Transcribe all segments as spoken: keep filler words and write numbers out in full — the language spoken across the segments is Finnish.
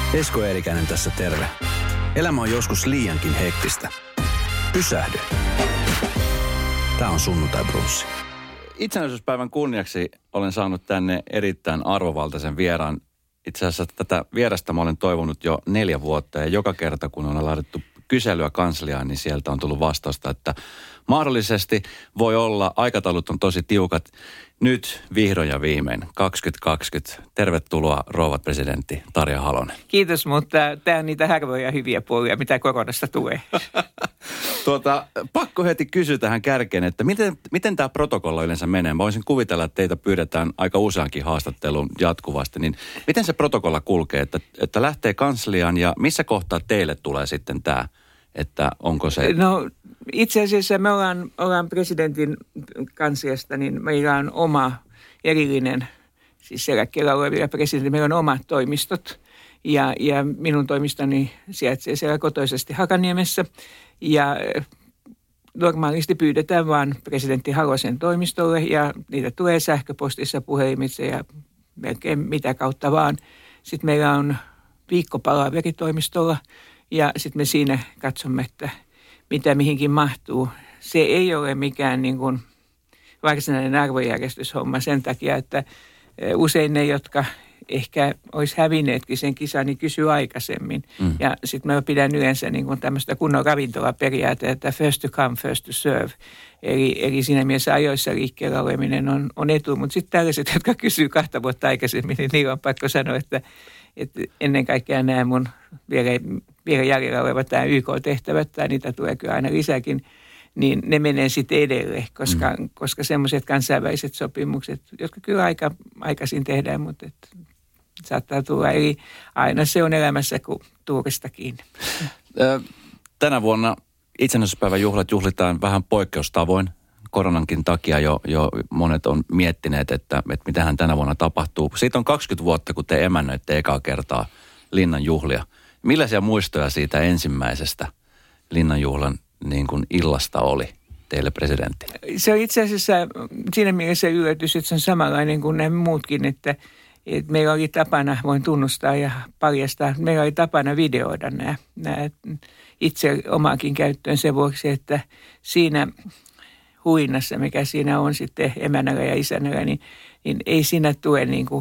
Esko Eerikäinen tässä terve. Elämä on joskus liiankin hektistä. Pysähdy. Tää on Sunnuntai Brunssi. Itsenäisyyspäivän kunniaksi olen saanut tänne erittäin arvovaltaisen vieraan. Itse asiassa tätä vierasta mä olen toivonut jo neljä vuotta ja joka kerta kun on laitettu kyselyä kansliaan, niin sieltä on tullut vastausta, että mahdollisesti voi olla, aikataulut on tosi tiukat. Nyt vihdoin ja viimein kaksituhattakaksikymmentä. Tervetuloa rouva presidentti Tarja Halonen. Kiitos, mutta tämä on niitä harvoja hyviä puolia, mitä koronasta tulee. tuota, pakko heti kysyä tähän kärkeen, että miten, miten tämä protokolla yleensä menee? Mä voisin kuvitella, että teitä pyydetään aika useankin haastatteluun jatkuvasti. Niin miten se protokolla kulkee, että, että lähtee kansliaan ja missä kohtaa teille tulee sitten tämä, että onko se... No itse asiassa me ollaan, ollaan presidentin kansliasta, niin meillä on oma erillinen, siis eläkkeellä olevilla presidentti, meillä on omat toimistot. Ja, ja minun toimistoni sijaitsee siellä kotoisesti Hakaniemessä. Ja normaalisti pyydetään vaan presidentti Halosen toimistolle ja niitä tulee sähköpostissa, puhelimitse ja melkein mitä kautta vaan. Sitten meillä on viikkopalaveri toimistolla ja sitten me siinä katsomme, että mitä mihinkin mahtuu. Se ei ole mikään niin kuin varsinainen arvojärjestyshomma sen takia, että usein ne, jotka ehkä olisi hävinneetkin sen kisan, niin kysyy aikaisemmin. Mm. Ja sitten mä pidän yleensä niin kuin tämmöistä kunnon ravintolaperiaatteita, että first to come, first to serve. Eli, eli siinä mielessä ajoissa liikkeellä oleminen on, on etu. Mutta sitten tällaiset, jotka kysyy kahta vuotta aikaisemmin, niin niillä on pakko sanoa, että, että ennen kaikkea nämä mun vielä, vielä jäljellä olevat tämä Y K-tehtävät, tai niitä tulee kyllä aina lisääkin, niin ne menee sitten edelleen, koska, mm. koska semmoiset kansainväliset sopimukset, jotka kyllä aika aikaisin tehdään, mutta et, saattaa tulla. Eli aina se on elämässä kuin tuurista kiinni. Tänä vuonna itsenäisyyspäivän juhlat juhlitaan vähän poikkeustavoin. Koronankin takia jo, jo monet on miettineet, että, että mitähän tänä vuonna tapahtuu. Siitä on kaksikymmentä vuotta, kun te emännöitte ekaa kertaa Linnan juhlia. Millaisia muistoja siitä ensimmäisestä Linnan juhlan niin kuin illasta oli teille presidentti? Se on itse asiassa siinä mielessä yllätys, että se on samanlainen kuin nämä muutkin, että, että meillä oli tapana, voin tunnustaa ja paljastaa, meillä oli tapana videoida nämä, nämä itse omaakin käyttöön sen vuoksi, että siinä huinassa, mikä siinä on sitten emännällä ja isännällä, niin, niin ei siinä tule niin kuin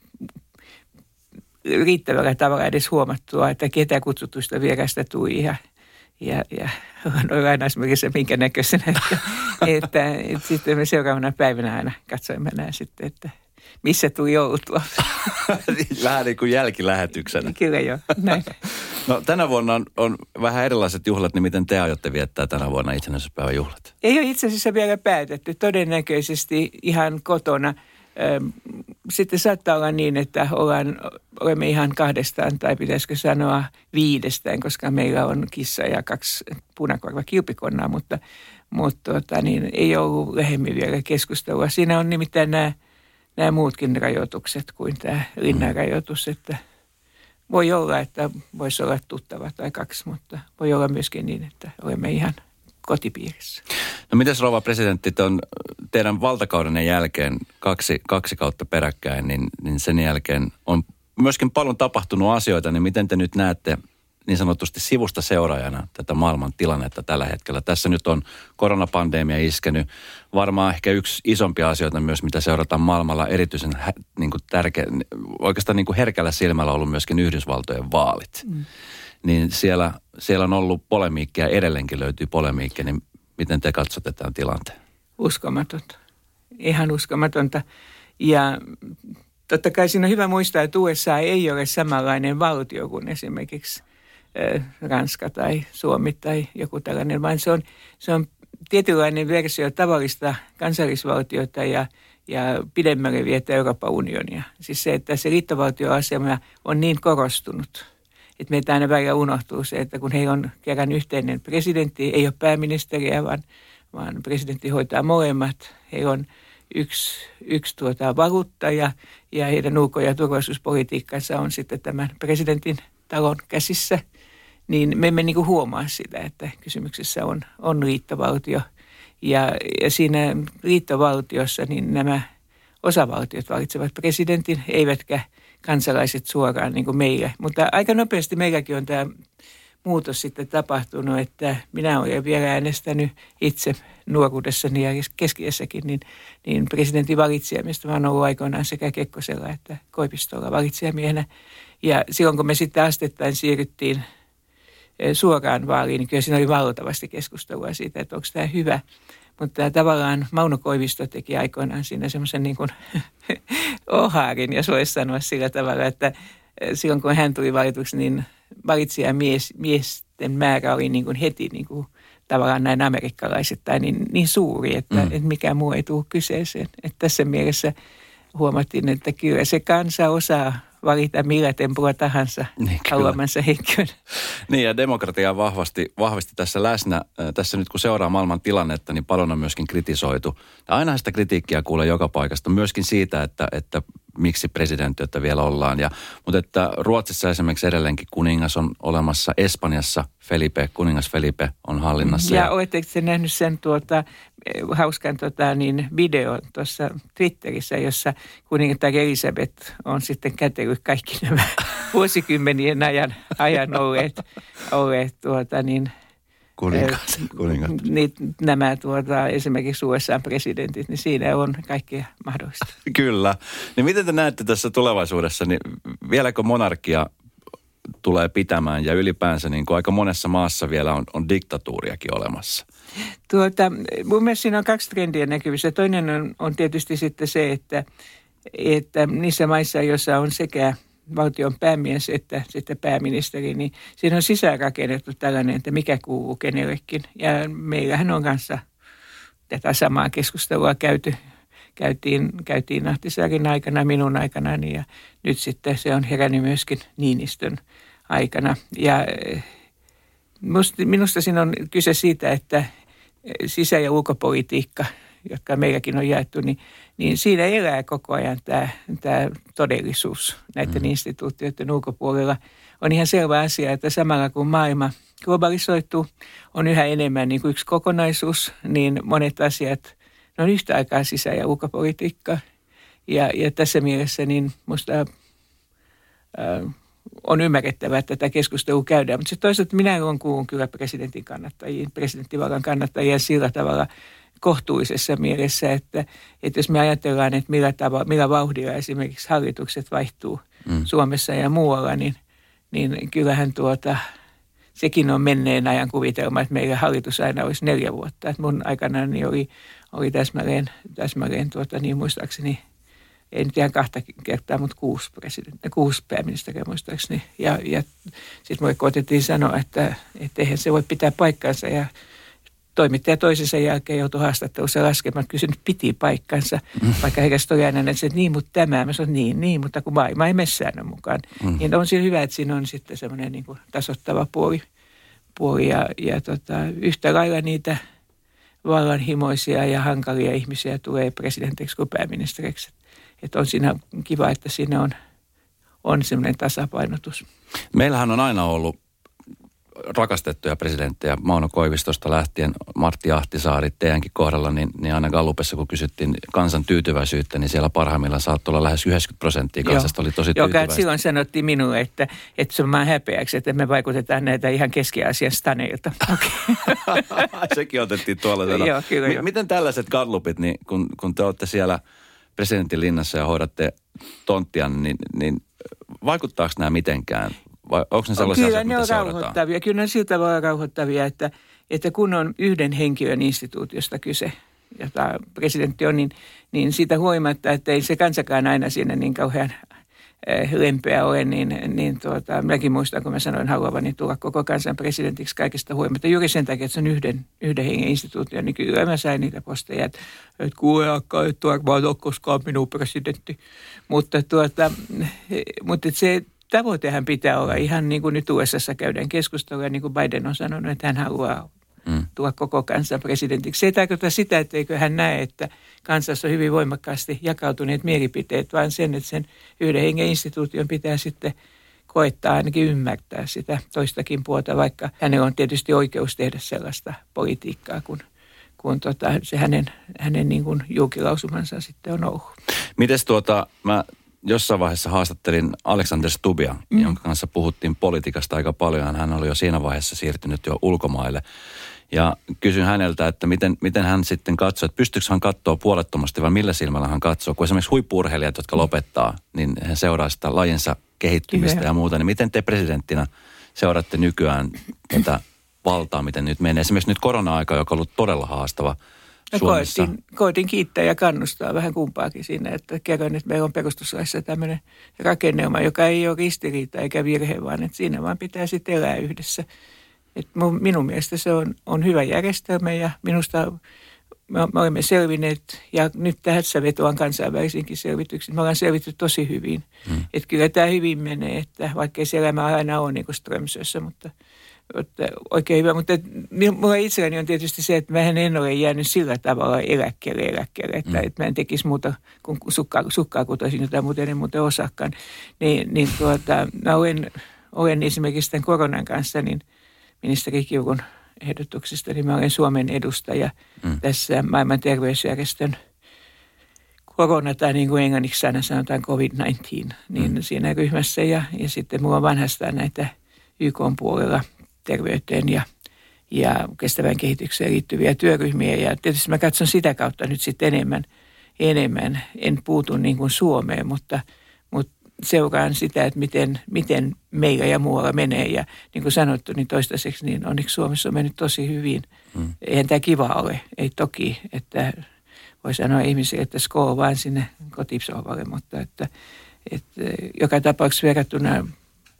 riittävällä tavalla edes huomattua, että ketä kutsutusta vierasta tuli ja Ja, ja on aina esimerkiksi minkä näköisenä, että, että, että sitten me seuraavana päivänä aina katsoimme nämä sitten, että missä tuli oltua. Vähän niin kuin jälkilähetyksenä. Kyllä joo, näin. No tänä vuonna on, on vähän erilaiset juhlat, niin miten te aiotte viettää tänä vuonna itsenäisyyspäivän juhlat? Ei ole itse asiassa vielä päätetty, todennäköisesti ihan kotona. Sitten saattaa olla niin, että ollaan, olemme ihan kahdestaan tai pitäisikö sanoa viidestään, koska meillä on kissa ja kaksi punakorva kilpikonnaa, mutta, mutta tota, niin, ei ollut lähemmin vielä keskustelua. Siinä on nimittäin nämä, nämä muutkin rajoitukset kuin tämä Linnan rajoitus, että voi olla, että voisi olla tuttava tai kaksi, mutta voi olla myöskin niin, että olemme ihan kotipiirissä. No mites rouva presidentti, on teidän valtakaudenne jälkeen kaksi, kaksi kautta peräkkäin, niin, niin sen jälkeen on myöskin paljon tapahtunut asioita, niin miten te nyt näette niin sanotusti sivusta seuraajana tätä maailman tilannetta tällä hetkellä? Tässä nyt on koronapandemia iskenyt. Varmaan ehkä yksi isompia asioita myös, mitä seurataan maailmalla erityisen niin kuin tärkeä, oikeastaan niin kuin herkällä silmällä ollut myöskin Yhdysvaltojen vaalit. Mm. Niin siellä, siellä on ollut polemiikkia, edelleenkin löytyy polemiikkia, niin miten te katsotte tämän tilanteen? Uskomatonta. Ihan uskomatonta. Ja totta kai siinä on hyvä muistaa, että U S A ei ole samanlainen valtio kuin esimerkiksi äh, Ranska tai Suomi tai joku tällainen, vaan se on, se on tietynlainen versio tavallista kansallisvaltiota ja, ja pidemmälle vietä Euroopan unionia. Siis se, että se liittovaltioasema on niin korostunut. Että meitä aina välillä unohtuu se, että kun heillä on kerran yhteinen presidentti, ei ole pääministeriä, vaan, vaan presidentti hoitaa molemmat. Heillä on yksi, yksi tuota valuutta ja, ja heidän ulko- ja turvallisuuspolitiikkansa on sitten tämän presidentin talon käsissä. Niin me emme niin kuin huomaa sitä, että kysymyksessä on, on liittovaltio. Ja, ja siinä liittovaltiossa niin nämä osavaltiot valitsevat presidentin, eivätkä kansalaiset suoraan niin kuin meille. Mutta aika nopeasti meilläkin on tämä muutos sitten tapahtunut, että minä olen vielä äänestänyt itse nuoruudessani ja keskiässäkin, niin, niin presidentin valitsijamiestä mä oon ollut aikoinaan sekä Kekkosella että Koivistolla valitsijamiehenä. Ja silloin kun me sitten astettain siirryttiin suoraan vaaliin, niin kyllä siinä oli valtavasti keskustelua siitä, että onko tämä hyvä. Mutta tavallaan Mauno Koivisto teki aikoinaan siinä semmoisen niin kuin ohaarin, jos voisi sanoa sillä tavalla, että silloin kun hän tuli valituksi, niin valitsijamiesten määrä oli niin kuin heti niin kuin tavallaan näin amerikkalaisittain niin, niin suuri, että, mm. että mikään muu ei tule kyseeseen. Että tässä mielessä huomattiin, että kyllä se kansa osaa valita millä tempulla tahansa niin, haluamansa henkilön. Niin, ja demokratia on vahvasti, vahvasti tässä läsnä. Tässä nyt kun seuraa maailman tilannetta, niin paljon on myöskin kritisoitu. Ja aina sitä kritiikkiä kuulee joka paikasta, myöskin siitä, että, että miksi presidenttiyttä vielä ollaan. Ja, mutta että Ruotsissa esimerkiksi edelleenkin kuningas on olemassa, Espanjassa Felipe, kuningas Felipe on hallinnassa. Ja, ja oletteko te nähnyt sen tuota, hauskan tota, niin videon tuossa Twitterissä, jossa kuningatar Elisabeth on sitten kätellyt kaikki nämä vuosikymmenien ajan, ajan olleet, olleet tuota, niin, kuningas, kuningas. Niin, nämä tuota, esimerkiksi U S A-presidentit, niin siinä on kaikkea mahdollista. Kyllä. Niin miten te näette tässä tulevaisuudessa, niin vieläkö monarkia tulee pitämään ja ylipäänsä niin kuin aika monessa maassa vielä on, on diktatuuriakin olemassa? Tuota, mun mielestä siinä on kaksi trendiä näkyvissä. Toinen on, on tietysti sitten se, että, että niissä maissa, joissa on sekä valtion päämies että sitten pääministeri, niin siinä on sisäänrakennettu tällainen, että mikä kuuluu kenellekin. Ja meillähän on kanssa tätä samaa keskustelua käyty. Käytiin, käytiin Ahtisaarin aikana, minun aikanani ja nyt sitten se on herännyt myöskin Niinistön aikana. Ja musta, minusta siinä on kyse siitä, että sisä- ja ulkopolitiikka, jotka meilläkin on jaettu, niin, niin siinä elää koko ajan tämä, tämä todellisuus näiden mm. instituutioiden ulkopuolella. On ihan selvä asia, että samalla kun maailma globalisoituu, on yhä enemmän niin kuin yksi kokonaisuus, niin monet asiat ne on yhtä aikaa sisä- ja ulkopolitiikkaa. Ja, ja tässä mielessä niin musta ää, on ymmärrettävää, että tätä keskustelua käydään. Mutta toisaalta minä olen kuulun kyllä presidentin kannattajiin, presidenttivallan kannattajia sillä tavalla kohtuullisessa mielessä, että, että jos me ajatellaan, että millä, tavalla, millä vauhdilla esimerkiksi hallitukset vaihtuu mm. Suomessa ja muualla, niin, niin kyllähän tuota, sekin on menneen ajan kuvitelma, että meillä hallitus aina olisi neljä vuotta. Että mun aikanaan niin oli, oli täsmälleen, täsmälleen tuota, niin muistaakseni, ei nyt ihan kahta kertaa, mutta kuusi, kuusi pääministeriä muistaakseni. Ja, ja sitten mulle koetettiin sanoa, että, että eihän se voi pitää paikkansa ja toimittaja toisensa jälkeen joutui haastattelussa laskemaan, että kysynyt piti paikkansa, mm. vaikka herästä oli aina, että niin, mutta tämä, mä sanoin, niin, niin, mutta kun maailma ei mene säännön mukaan. Mm. Niin on siinä hyvä, että siinä on sitten semmoinen niin kuin tasoittava puoli, puoli ja, ja tota, yhtä lailla niitä vallanhimoisia ja hankalia ihmisiä tulee presidentiksi kuin pääministeriksi. Että on siinä kiva, että siinä on, on semmoinen tasapainotus. Meillähän on aina ollut rakastettuja presidenttejä Mauno Koivistosta lähtien, Martti Ahtisaari teidänkin kohdalla, niin, niin aina Gallupissa kun kysyttiin kansan tyytyväisyyttä, niin siellä parhaimmillaan saattoi olla lähes yhdeksänkymmentä prosenttia kansasta oli tosi tyytyväistä. Joka silloin sanottiin minulle, että, että se on maan häpeäksi, että me vaikutetaan näitä ihan Keski-Aasian staneilta. Okay. Sekin otettiin tuolla. Joo, kyllä, M- jo. Miten tällaiset Gallupit, niin kun, kun te olette siellä presidentin linnassa ja hoidatte tonttia, niin, niin vaikuttaako nämä mitenkään? Vai onko ne sellaisia kyllä asioita, ne mitä on rauhoittavia. Kyllä ne on sillä tavalla rauhoittavia, että, että kun on yhden henkilön instituutiosta kyse, jota presidentti on, niin, niin siitä huolimatta, että ei se kansakaan aina siinä niin kauhean äh, lempeä ole, niin, niin tuota, minäkin muistan, kun mä sanoin haluavani tulla koko kansan presidentiksi kaikesta huolimatta. Juuri sen takia, että se on yhden, yhden hengen instituutio, niin kyllä mä sain niitä posteja, että, että kuule akka, et varmaan ole koskaan minun presidentti. Mutta, tuota, mutta se tavoitehan pitää olla ihan niin kuin nyt U S A:ssa käydään keskustelua, niin kuin Biden on sanonut, että hän haluaa mm. tulla koko kansan presidentiksi. Se ei tarkoita sitä, etteikö hän näe, että kansassa on hyvin voimakkaasti jakautuneet mielipiteet, vaan sen, että sen yhden hengen instituution pitää sitten koettaa ainakin ymmärtää sitä toistakin puolta, vaikka hänellä on tietysti oikeus tehdä sellaista politiikkaa, kun, kun tota, se hänen, hänen niin kuin julkilausumansa sitten on ollut. Mites tuota, mä jossain vaiheessa haastattelin Alexander Stubbia, mm. jonka kanssa puhuttiin politiikasta aika paljon. Hän oli jo siinä vaiheessa siirtynyt jo ulkomaille. Ja kysyin häneltä, että miten, miten hän sitten katsoo, että pystyykö hän katsoa puolettomasti vai millä silmällä hän katsoo. Kun esimerkiksi huippu-urheilijat, jotka lopettaa, niin he seuraa sitä lajinsa kehittymistä Hyvä. ja muuta. Niin miten te presidenttinä seuraatte nykyään tätä valtaa, miten nyt menee? Esimerkiksi nyt korona-aika, joka on ollut todella haastava Suomessa. Koitin, koitin kiittää ja kannustaa vähän kumpaakin siinä, että kerron, että meillä on perustuslaissa tämmöinen rakennelma, joka ei ole ristiriita eikä virhe, vaan että siinä vaan pitää sitten elää yhdessä. Et minun mielestä se on, on hyvä järjestelmä ja minusta me, me olemme selvinneet, ja nyt tässä vetoan kansainvälisiinkin selvityksiin, me ollaan selvitty tosi hyvin. Hmm. Että kyllä tämä hyvin menee, että vaikka ei se elämä aina ole niin kuin Strömsössä, mutta että oikein hyvä. Mutta minulla itselläni on tietysti se, että mä en ole jäänyt sillä tavalla eläkkeelle eläkkeelle, että, hmm. että mä en tekisi muuta kuin sukkaa, sukkaa kutoisin jotain muuta, en muuten osaakaan. Niin, niin tuota, mä olen, olen esimerkiksi tämän koronan kanssa, niin ministeri Kiurun ehdotuksesta, niin mä olen Suomen edustaja mm. tässä maailman terveysjärjestön korona, tai niin kuin englanniksi aina sanotaan covid yhdeksäntoista, niin mm. siinä ryhmässä. Ja, ja sitten mulla on vanhastaan näitä Y K:n puolella terveyteen ja, ja kestävän kehitykseen liittyviä työryhmiä. Ja tietysti mä katson sitä kautta nyt sitten enemmän, enemmän. En puutu niin kuin Suomeen, mutta, mutta seuraan sitä, että miten, miten meillä ja muualla menee. Ja niin kuin sanottu, niin toistaiseksi niin onneksi Suomessa on mennyt tosi hyvin. Mm. Eihän tämä kiva ole, ei toki, että voi sanoa ihmisille, että skoo vaan sinne kotisohvalle, mutta että, että joka tapauksessa verrattuna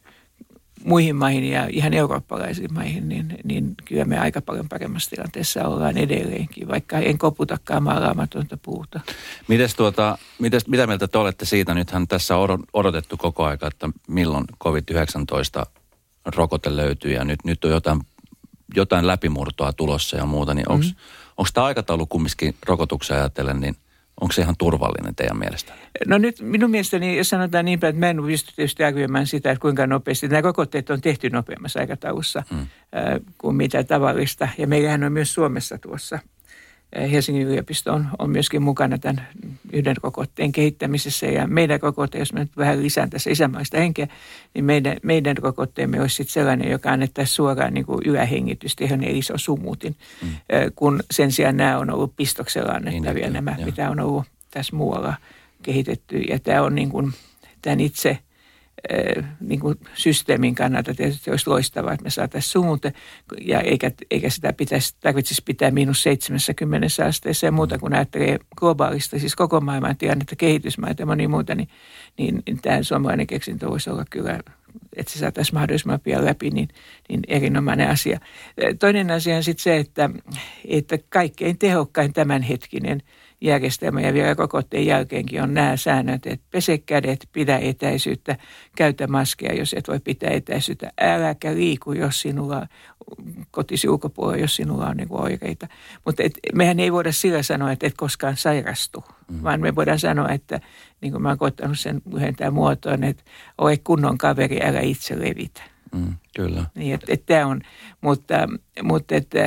muihin maihin ja ihan eurooppalaisiin maihin, niin, niin kyllä me aika paljon paremmassa tilanteessa ollaan edelleenkin, vaikka en koputakaan maalaamatonta puuta. Mites tuota, mites, mitä mieltä te olette siitä? Nythän tässä on odotettu koko aika, että milloin covid yhdeksäntoista rokote löytyy ja nyt, nyt on jotain, jotain läpimurtoa tulossa ja muuta, niin onko mm-hmm. tämä aikataulu kumminkin rokotuksia ajatellen, niin onko se ihan turvallinen teidän mielestänne? No nyt minun mielestäni, jos sanotaan niin päin, että mä en pysty tietysti arvioimaan sitä, että kuinka nopeasti. Nämä rokotteet on tehty nopeammassa aikataulussa hmm. äh, kuin mitä tavallista. Ja meillähän on myös Suomessa tuossa. Äh, Helsingin yliopisto on, on myöskin mukana tämän yhden rokotteen kehittämisessä. Ja meidän rokotteen, jos mä nyt vähän lisään tässä isänmaista henkeä, niin meidän, meidän rokotteemme olisi sitten sellainen, joka annettaisiin suoraan niin kuin ylähengitystä, ihan iso sumutin. Hmm. Äh, kun sen sijaan nämä on ollut pistoksella annettavia, niin, nämä, ja. mitä on ollut tässä muualla kehitetty. Ja tämä on niin kuin, tämän itse äh, niin kuin systeemin kannalta tietysti olisi loistavaa, että me saataisiin sumute, ja eikä, eikä sitä pitäisi, tarvitsisi pitää miinus seitsemänkymmentä asteessa ja muuta, kun ajattelee globaalista, siis koko maailman tilannetta, kehitysmaita ja moni muuta, niin, niin, niin tämä suomalainen keksintö voisi olla kyllä, että se saataisiin mahdollisimman pian läpi, niin, niin erinomainen asia. Toinen asia on sitten se, että, että kaikkein tehokkain tämänhetkinen järjestelmä ja vielä rokotteen jälkeenkin on nämä säännöt, että pese kädet, pidä etäisyyttä, käytä maskia, jos et voi pitää etäisyyttä, äläkä liiku, jos sinulla kotisi ulkopuolella, jos sinulla on niin kuin oireita. Mutta et, mehän ei voida sillä sanoa, että et koskaan sairastu, mm. vaan me voidaan sanoa, että niin kuin mä oon koittanut sen lyhentää muotoon, että ole kunnon kaveri, älä itse levitä. Mm, kyllä. Niin, että et tämä on, mutta, mutta että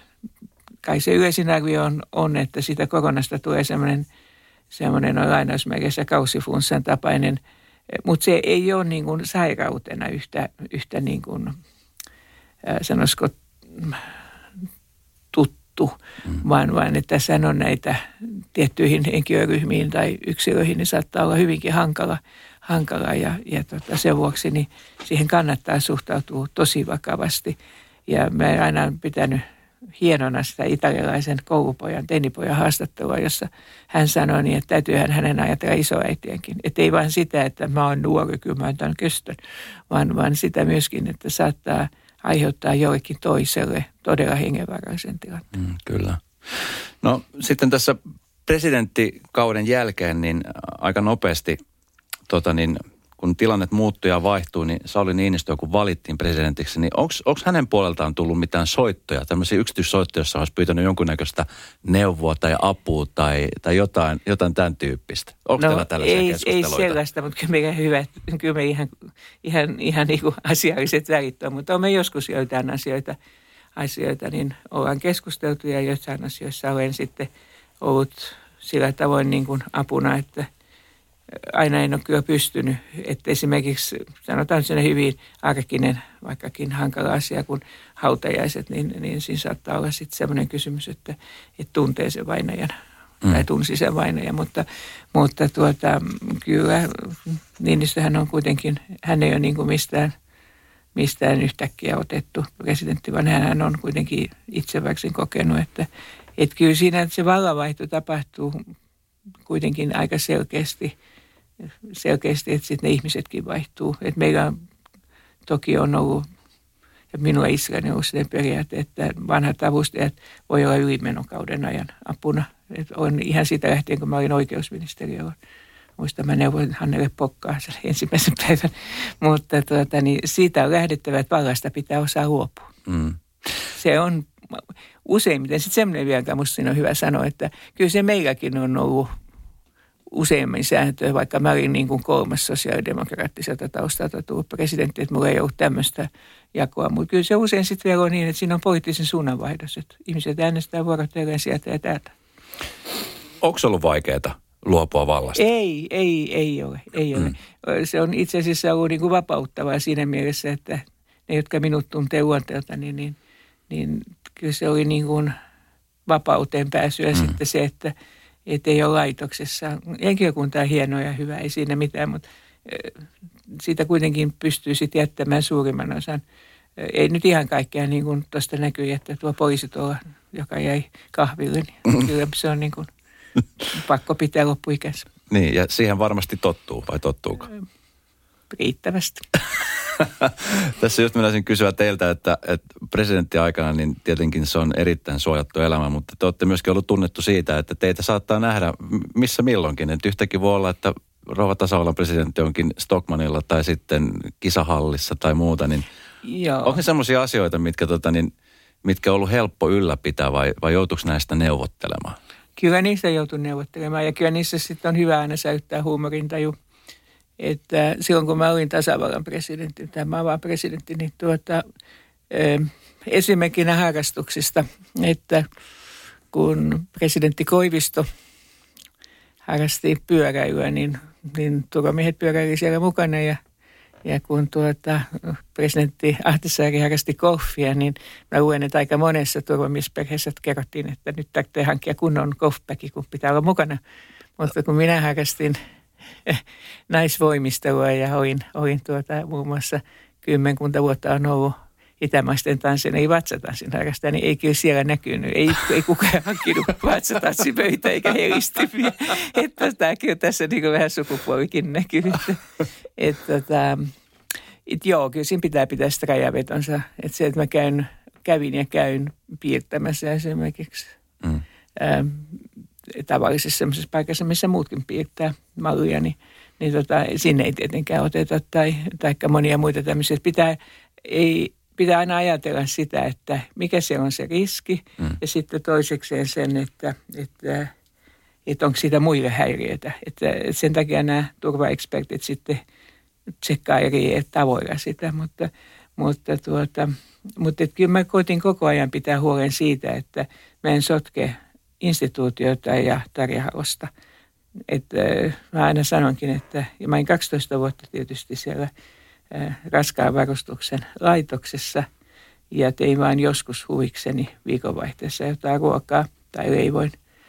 kai se yleisin arvio on, on, että siitä koronasta tulee semmoinen, semmoinen on lainausmerkissä kausifunssan tapainen, mutta se ei ole niin kuin sairautena yhtä, yhtä niin kuin, äh, sanoisiko tuttu, mm. vaan, vaan että tässä on näitä tiettyihin henkilöryhmiin tai yksilöihin, niin saattaa olla hyvinkin hankala, hankala ja, ja tota, sen vuoksi niin siihen kannattaa suhtautua tosi vakavasti. Ja mä aina olen pitänyt hienona sitä italialaisen koulupojan, teinipojan haastattelua, jossa hän sanoi niin, että täytyyhän hänen ajatella isoäitienkin. Että ei vain sitä, että mä oon nuori, kyllä mä tämän kestön, vaan, vaan sitä myöskin, että saattaa aiheuttaa jollekin toiselle todella hengenvaraisen tilanteen. Mm, kyllä. No sitten tässä presidenttikauden jälkeen niin aika nopeasti tota niin, kun tilanne muuttuu ja vaihtuu, niin Sauli Niinistö, kun valittiin presidentiksi, niin onko hänen puoleltaan tullut mitään soittoja, tämmöisiä yksityissoittoja, jossa olisi pyytänyt jonkunnäköistä neuvoa tai apua tai, tai jotain, jotain tämän tyyppistä? Onko no, teillä tällaisia ei, keskusteluita? Ei sellaista, mutta kyllä meidän hyvät, kyllä me ihan, ihan, ihan niin kuin asialliset värit on, mutta on me joskus joitain asioita, asioita, niin ollaan keskusteltu ja joissain asioissa olen sitten ollut sillä tavoin niin kuin apuna, että aina en ole kyllä pystynyt. Että esimerkiksi sanotaan sen hyvin arkinen, vaikkakin hankala asia kuin hautajaiset, niin, niin siinä saattaa olla sitten sellainen kysymys, että, että tuntee sen vainajan mm. tai tunsi sen vainajan. Mutta, mutta tuota, kyllä Niinistöhän on kuitenkin, hän ei ole niin kuin mistään, mistään yhtäkkiä otettu presidentti, vaan hän on kuitenkin itse varsin kokenut, että, että kyllä siinä että se vallanvaihto tapahtuu kuitenkin aika selkeästi, selkeästi että sitten ne ihmisetkin vaihtuu. Että meillä toki on ollut, ja minulla itselläni on ollut sellainen periaate, että vanhat avustajat voi olla ylimenokauden ajan apuna. Että on ihan siitä lähtien, kun mä olin oikeusministeriöllä. Muistan, mä neuvoin Hannele Pokkaa sen ensimmäisen päivän. Mutta tuota, niin siitä on lähdettävä, että vallasta pitää osaa luopua. Mm. Se on useimmiten, sitten semmoinen vielä, musta siinä on hyvä sanoa, että kyllä se meilläkin on ollut useimmin sääntöä, vaikka mä olin niin kuin kolmas sosiaalidemokraattiselta taustalta tullut presidentti, että mulla ei ollut tämmöistä jakoa. Mutta kyllä se usein sitten vielä on niin, että siinä on poliittisen suunnanvaihdos, että ihmiset äänestää vuorotellen sieltä ja täältä. Onko se ollut vaikeaa luopua vallasta? Ei, ei, ei ole. Ei ole. Mm. Se on itse asiassa ollut niin kuin vapauttavaa siinä mielessä, että ne, jotka minut tuntee luonteelta, niin, niin, niin kyllä se oli niin kuin vapauteen pääsyä mm. sitten se, että että ei ole laitoksessa. Henkilökunta on hienoa ja hyvä, ei siinä mitään, mutta siitä kuitenkin pystyy sitten jättämään suurimman osan. Ei nyt ihan kaikkea, niin kuin tuosta näkyy, että tuo poliisi tuolla, joka jäi kahville, niin kyllä se on niin kuin pakko pitää loppuikänsä. Niin, ja siihen varmasti tottuu, vai tottuuko? Riittävästi. Tässä just minäisin kysyä teiltä, että, että presidenttiaikana niin tietenkin se on erittäin suojattu elämä, mutta te olette myöskin ollut tunnettu siitä, että teitä saattaa nähdä missä milloinkin. Että yhtäkkiä voi olla, että rouva tasavallan presidentti onkin Stockmanilla tai sitten kisahallissa tai muuta. Niin joo. Onko ne sellaisia asioita, mitkä, tota, niin, mitkä on ollut helppo ylläpitää vai, vai joutuuko näistä neuvottelemaan? Kyllä niistä joutuu neuvottelemaan ja kyllä niissä sitten on hyvä aina säyttää huumorintaju. Että silloin kun mä olin tasavallan presidentti, tai mä vaan presidentti, niin tuota, esimerkkinä harrastuksista, että kun presidentti Koivisto harrasti pyöräilyä, niin, niin turvamiehet pyöräili siellä mukana ja, ja kun tuota, presidentti Ahtisaari harrasti golfia, niin mä luen, että aika monessa turvamiesperheessä kerrottiin, että nyt tarvitsee hankkia kunnon golfpäki, kun pitää olla mukana. Mutta kun minä harrastin naisvoimistelua ja olin, olin tuota, muun muassa kymmenkunta vuotta on ollut itämaisten tanssin, ei vatsatanssin harrastaa, niin ei kyllä siellä näkynyt. Ei, ei kukaan hankkinut vatsatanssipöitä eikä helistymiä. Että tämä kyllä tässä niin vähän sukupuolikin näkyy. Että, että, että, että joo, kyllä siinä pitää pitää sitä rajavetonsa. Että se, että mä käyn, kävin ja käyn piirtämässä esimerkiksi mm. ää, tavallisessa sellaisessa paikassa, missä muutkin piirtää mallia, niin, niin tota, sinne ei tietenkään oteta tai, tai monia muita tämmöisiä. Pitää, ei, pitää aina ajatella sitä, että mikä se on se riski mm. ja sitten toisekseen sen, että, että, että onko siitä muille häiriöitä. Että, että sen takia nämä turvaekspertit sitten tsekkaa eri tavoilla sitä, mutta, mutta, tuota, mutta että kyllä mä koitin koko ajan pitää huolen siitä, että mä en sotke instituutioita ja tarjahausta. Että mä aina sanonkin, että ja mä olin kaksitoista vuotta tietysti siellä ää, raskaan varustuksen laitoksessa ja tein vain joskus huvikseni viikonvaihteessa jotain ruokaa tai leivoin.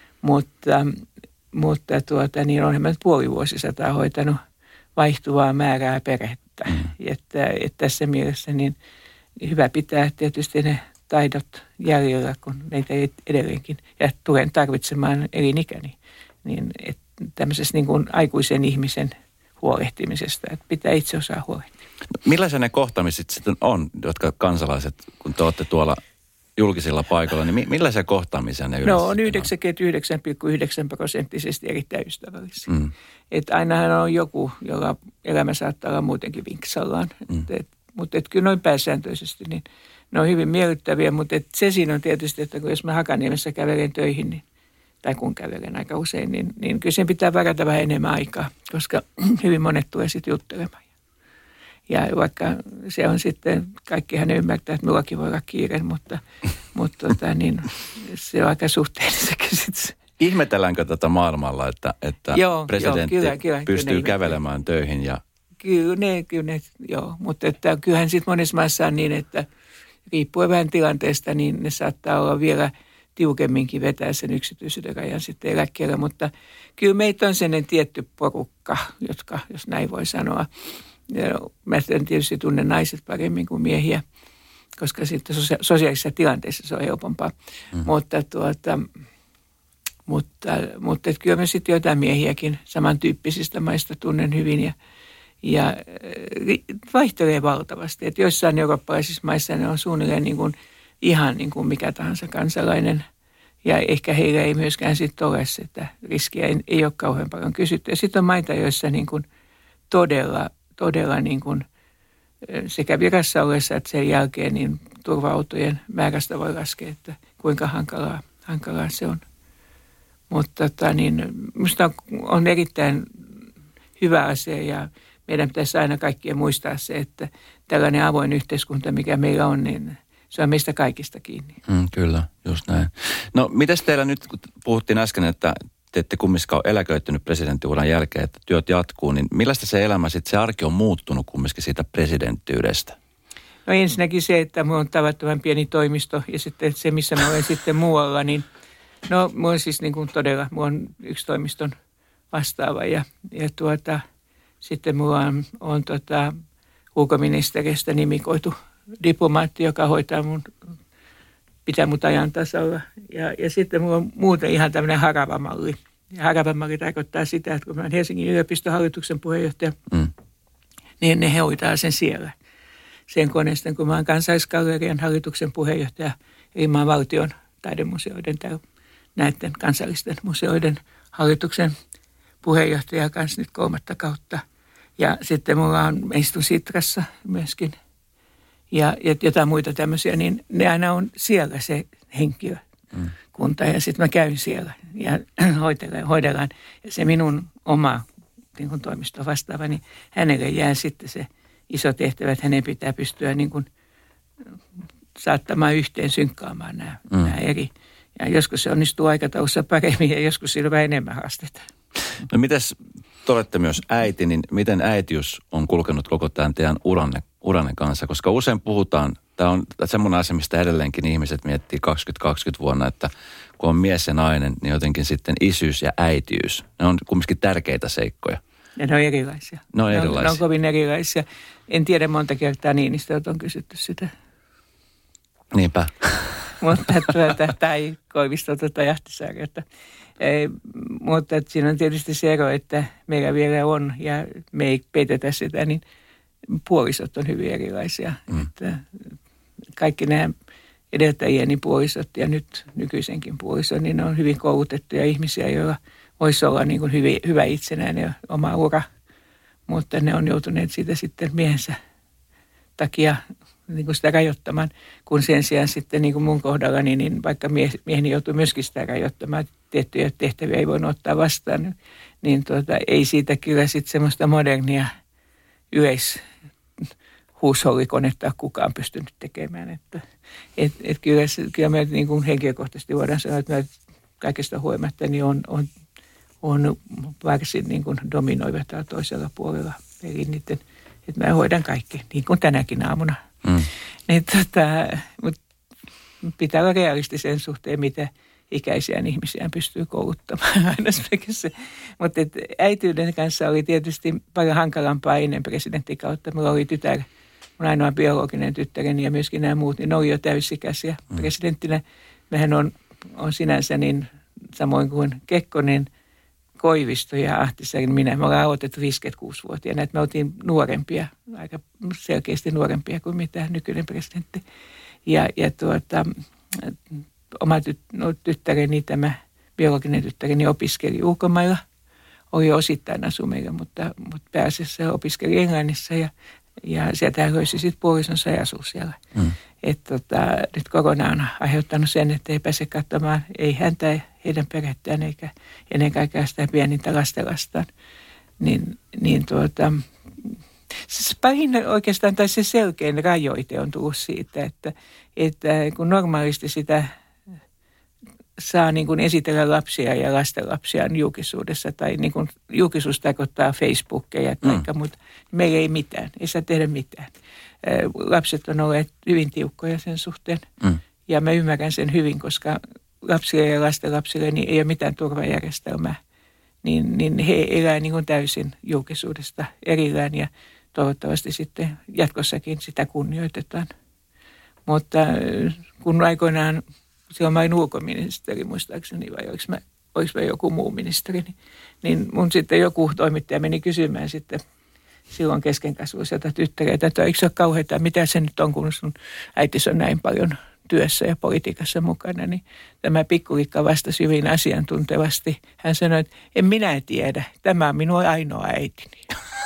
Mutta, mutta tuota, niin olen mä puoli vuosisataa hoitanut vaihtuvaa määrää perhettä. Mm. Että, että tässä mielessä niin hyvä pitää tietysti ne taidot jäljellä, kun neitä ei edelleenkin, ja tulen tarvitsemaan elinikäni, niin että tämmöisessä niin kuin aikuisen ihmisen huolehtimisesta, että pitää itse osaa huolehtia. Millaisia ne kohtaamiset sitten on, jotka kansalaiset, kun te olette tuolla julkisilla paikoilla, niin millaisia kohtaamisia ne yleensä No on yhdeksänkymmentäyhdeksän pilkku yhdeksän prosenttisesti erittäin ystävällisiä. Mm. Että ainahan on joku, jolla elämä saattaa olla muutenkin vinksallaan, mm. et, et, mutta et kyllä noin pääsääntöisesti, niin ne on hyvin miellyttäviä, mutta et se siinä on tietysti, että kun jos mä Hakaniemessä kävelen töihin, niin, tai kun kävelen aika usein, niin, niin kyllä sen pitää varata vähän enemmän aikaa, koska hyvin monet tulee sitten juttelemaan. Ja vaikka se on sitten, kaikkihan ne ymmärtää, että minullakin voi olla kiire, mutta, mutta tota, niin, se on aika suhteellisekin sitten. Ihmetelläänkö tätä maailmalla, että, että joo, presidentti joo, kyllä, kyllä, pystyy kyllä kävelemään töihin? Ja... Kyllä ne, kyllä ne, joo. Mutta että kyllähän sitten monessa maassa on niin, että riippuen vähän tilanteesta, niin ne saattaa olla vielä tiukemminkin vetää sen yksityisyyden rajan sitten eläkkeellä. Mutta kyllä meitä on sellainen tietty porukka, jotka, jos näin voi sanoa. Ja mä tietysti tunnen naiset paremmin kuin miehiä, koska sitten sosiaalisissa tilanteissa se on helpompaa. Mm. Mutta, tuota, mutta, mutta että kyllä mä sitten jotain miehiäkin samantyyppisistä maista tunnen hyvin ja, ja vaihtelee valtavasti. Että joissain eurooppalaisissa maissa ne on suunnilleen niin kuin, ihan niin kuin mikä tahansa kansalainen. Ja ehkä heillä ei myöskään sitten ole sitä riskiä, ei, ei ole kauhean paljon kysytty. Ja sitten on maita, joissa niin kuin todella, todella niin kuin sekä virassa ollessa että sen jälkeen niin turva-autojen määrästä voi laskea, että kuinka hankalaa, hankalaa se on. Mutta tota, niin, minusta on, on erittäin hyvä asia ja meidän pitäisi aina kaikkien muistaa se, että tällainen avoin yhteiskunta, mikä meillä on, niin se on meistä kaikista kiinni. Mm, kyllä, just näin. No, mites teillä nyt, kun puhuttiin äsken, että te ette kumminkaan ole eläköitynyt presidenttiuran jälkeen, että työt jatkuu, niin millaista se elämä sitten, se arki on muuttunut kumminkin siitä presidenttiydestä? No ensinnäkin se, että minulla on tavattoman pieni toimisto ja sitten se, missä mä olen sitten muualla, niin no minulla on siis niin kuin todella, minulla on yksi toimiston vastaava ja, ja tuota, sitten minulla on, on tota, ulkoministeristä nimikoitu diplomaatti, joka hoitaa mun, pitää mut ajan tasalla. Ja, ja sitten mulla on muuten ihan tämmöinen haravamalli. Ja haravamalli tarkoittaa sitä, että kun mä olen Helsingin yliopiston hallituksen puheenjohtaja, mm. niin ne hoitaa sen siellä. Sen koneesta, kun mä olen Kansallisgallerian hallituksen puheenjohtaja, eli mä olen valtion taidemuseoiden tai näiden kansallisten museoiden hallituksen puheenjohtaja kanssa nyt kolmatta kautta. Ja sitten mulla on, mä istun Sitrassa myöskin. Ja, ja jotain muita tämmöisiä, niin ne aina on siellä se henkilökunta. Ja sitten mä käyn siellä ja hoitellaan, hoidellaan. Ja se minun oma niin kun toimisto vastaava, niin hänelle jää sitten se iso tehtävä, että hänen pitää pystyä niin kun saattamaan yhteen, synkkaamaan nämä, mm. nämä eri. Ja joskus se onnistuu aikataulussa paremmin ja joskus siinä on vähän enemmän haasteita. No mites, te olette myös äiti, niin miten äitiys on kulkenut koko tämän teidän uranne, uranne kanssa? Koska usein puhutaan, tämä on semmoinen asia, mistä edelleenkin ihmiset miettii kaksikymmentä kaksikymmentä vuonna, että kun on mies ja nainen, niin jotenkin sitten isyys ja äitiys, ne on kumminkin tärkeitä seikkoja. Ja ne on erilaisia. Ne on erilaisia. Ne on, ne on kovin erilaisia. En tiedä monta kertaa Niinistöltä on kysytty sitä. Niinpä. Mutta tuota, tai Koivistolta tai Ahtisaarelta. Ei, mutta siinä on tietysti se ero, että meillä vielä on ja me ei peitetä sitä, niin puolisot on hyvin erilaisia. Mm. Että kaikki nämä edeltäjieni puolisot ja nyt nykyisenkin puoliso, niin ne on hyvin koulutettuja ihmisiä, joilla voisi olla niin kuin hyvin, hyvä itsenäinen oma ura. Mutta ne on joutuneet siitä sitten miehensä takia niin kuin sitä rajoittamaan, kun sen sijaan sitten niin kuin mun kohdallani, niin vaikka mieheni joutui myöskin sitä rajoittamaan, tiettyjä tehtäviä ei voinut ottaa vastaan, niin, niin tuota, ei siitä kyllä sitten semmoista modernia yleishuushollikonetta kukaan pystynyt tekemään. Että, et, et kyllä, kyllä me niin kuin henkilökohtaisesti voidaan sanoa, että me kaikesta huolimatta niin on, on, on varsin niin kuin dominoiva täällä toisella puolella. Eli niiden, että mä hoidan kaikki, niin kuin tänäkin aamuna. Mm. Niin, tota, mutta pitää olla realistisen suhteen, mitä ikäisiä ihmisiä pystyy kouluttamaan aina. Mutta äityyden kanssa oli tietysti paljon hankalampaa ennen presidenttikautta. Mulla oli tytär, mun ainoa biologinen tyttäreni ja myöskin nämä muut, niin ne oli jo täysikäisiä. Mm. Presidenttinä mehän on, on sinänsä niin samoin kuin Kekkonen, Koivisto ja Ahtisaari, minä. Me ollaan aloitettu viisikymmentäkuusivuotiaana, että me oltiin nuorempia, aika selkeästi nuorempia kuin mitä nykyinen presidentti. Ja, ja tuota, oma tyt, no, tyttäreni, tämä biologinen tyttäreni opiskeli ulkomailla. Oli osittain asu meillä, mutta, mutta pääasiassa opiskeli Englannissa ja, ja sieltä hän löysi sitten puolisonsa ja asui siellä. Mm. Että tota, nyt korona on aiheuttanut sen, että ei pääse katsomaan ei häntä, heidän perhettään eikä ennen kaikkea sitä pienintä lastenlastaan. Niin, niin tuota, siis pahin oikeastaan, tai se selkein rajoite on tullut siitä, että, että kun normaalisti sitä saa niin kuin esitellä lapsia ja lastenlapsiaan julkisuudessa. Tai niin kuin julkisuus tarkoittaa Facebookia tai mm. muuta. Meillä ei mitään, ei saa tehdä mitään. Lapset on olleet hyvin tiukkoja sen suhteen. Mm. Ja mä ymmärrän sen hyvin, koska lapsille ja lastenlapsille niin ei ole mitään turvajärjestelmää. Niin, niin he elää niin kuin täysin julkisuudesta erillään ja toivottavasti sitten jatkossakin sitä kunnioitetaan. Mutta kun aikoinaan, silloin mä olin ulkoministeri muistaakseni vai oliko mä, oliko mä joku muu ministeri, niin, niin mun sitten joku toimittaja meni kysymään sitten silloin keskenkasvuiselta tyttäreitä, että eikö se ole kauheaa, mitä se nyt on, kun sun äitis on näin paljon työssä ja politiikassa mukana, niin tämä pikkulikka vastasi hyvin asiantuntevasti. Hän sanoi, että en minä tiedä, tämä on minun ainoa äitini.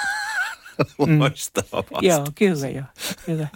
Loistava vastaus. Joo, kyllä joo, kyllä.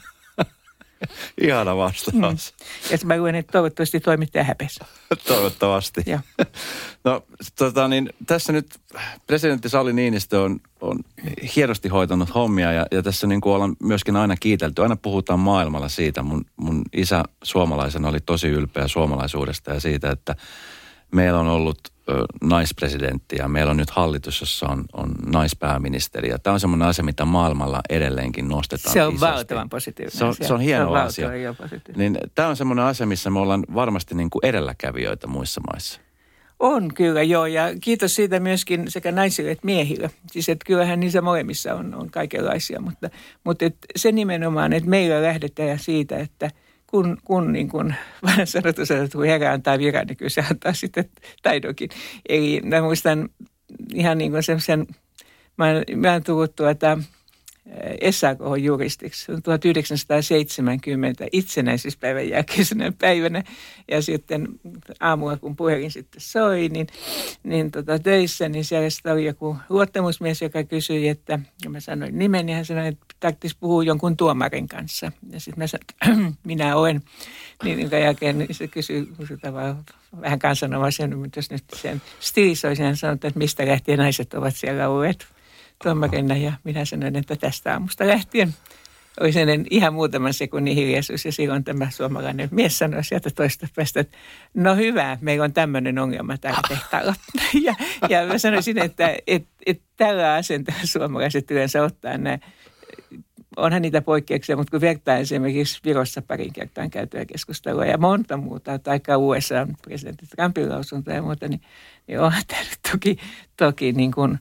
Ihana vastaus. Mm. Ja mä luen, että toivottavasti toimittaja häpesi. Toivottavasti. Joo. No tota niin, tässä nyt presidentti Sauli Niinistö on, on hienosti hoitanut hommia ja, ja tässä niin kuin ollaan myöskin aina kiitelty. Aina puhutaan maailmalla siitä. Mun, mun isä suomalaisena oli tosi ylpeä suomalaisuudesta ja siitä, että meillä on ollut ö, naispresidentti ja meillä on nyt hallitus, jossa on, on naispääministeri. Ja tämä on semmoinen asia, mitä maailmalla edelleenkin nostetaan. Se on isosti. valtavan positiivinen se on, asia. Se on hieno se on asia. Niin, tämä on semmoinen asia, missä me ollaan varmasti niin kuin edelläkävijöitä muissa maissa. On kyllä, joo. Ja kiitos siitä myöskin sekä naisille että miehille. Siis että kyllähän niissä molemmissa on, on kaikenlaisia, mutta, mutta et se nimenomaan, että meillä lähdetään siitä, että kun, kun niin kuin vähän sanotaan, että kun herra antaa viran, niin kyllä se antaa sitten taidonkin. Eli mä muistan ihan niin kuin semmoisen, mä, mä oon tullut tuota S A K-juristiksi tuhatyhdeksänsataaseitsemänkymmentä itsenäisyyspäivän jälkeisenä päivänä. Ja sitten aamulla, kun puhelin sitten soi, niin, niin tota töissä, niin siellä oli joku luottamusmies, joka kysyi, että mä sanoin nimen, ja hän sanoi, että tarvitsisi puhua jonkun tuomarin kanssa. Ja sitten mä sanoin, että minä olen. Niin jonka jälkeen niin se kysyi vähän kansanomaisen, mutta jos nyt sen stilisoisin, hän sanoi, että mistä lähtien naiset ovat siellä olleet tuomarina, ja minä sanoin, että tästä aamusta lähtien oli sellainen ihan muutaman sekunnin hiljaisuus, ja silloin tämä suomalainen mies sanoi sieltä toista päästä, että no hyvä, meillä on tämmöinen ongelma täällä tehtaalla. Ja, ja mä sanoisin, että et, et tällä asenteella suomalaiset yleensä ottaa nämä, onhan niitä poikkeuksia, mutta kun vertaa esimerkiksi Virossa parin kertaan käytyä keskustelua ja monta muuta, tai U S A presidentti Trumpin lausuntoja ja muuta, niin, niin onhan tämä nyt toki, toki niin kuin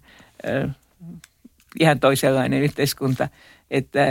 ihan toisenlainen yhteiskunta, että,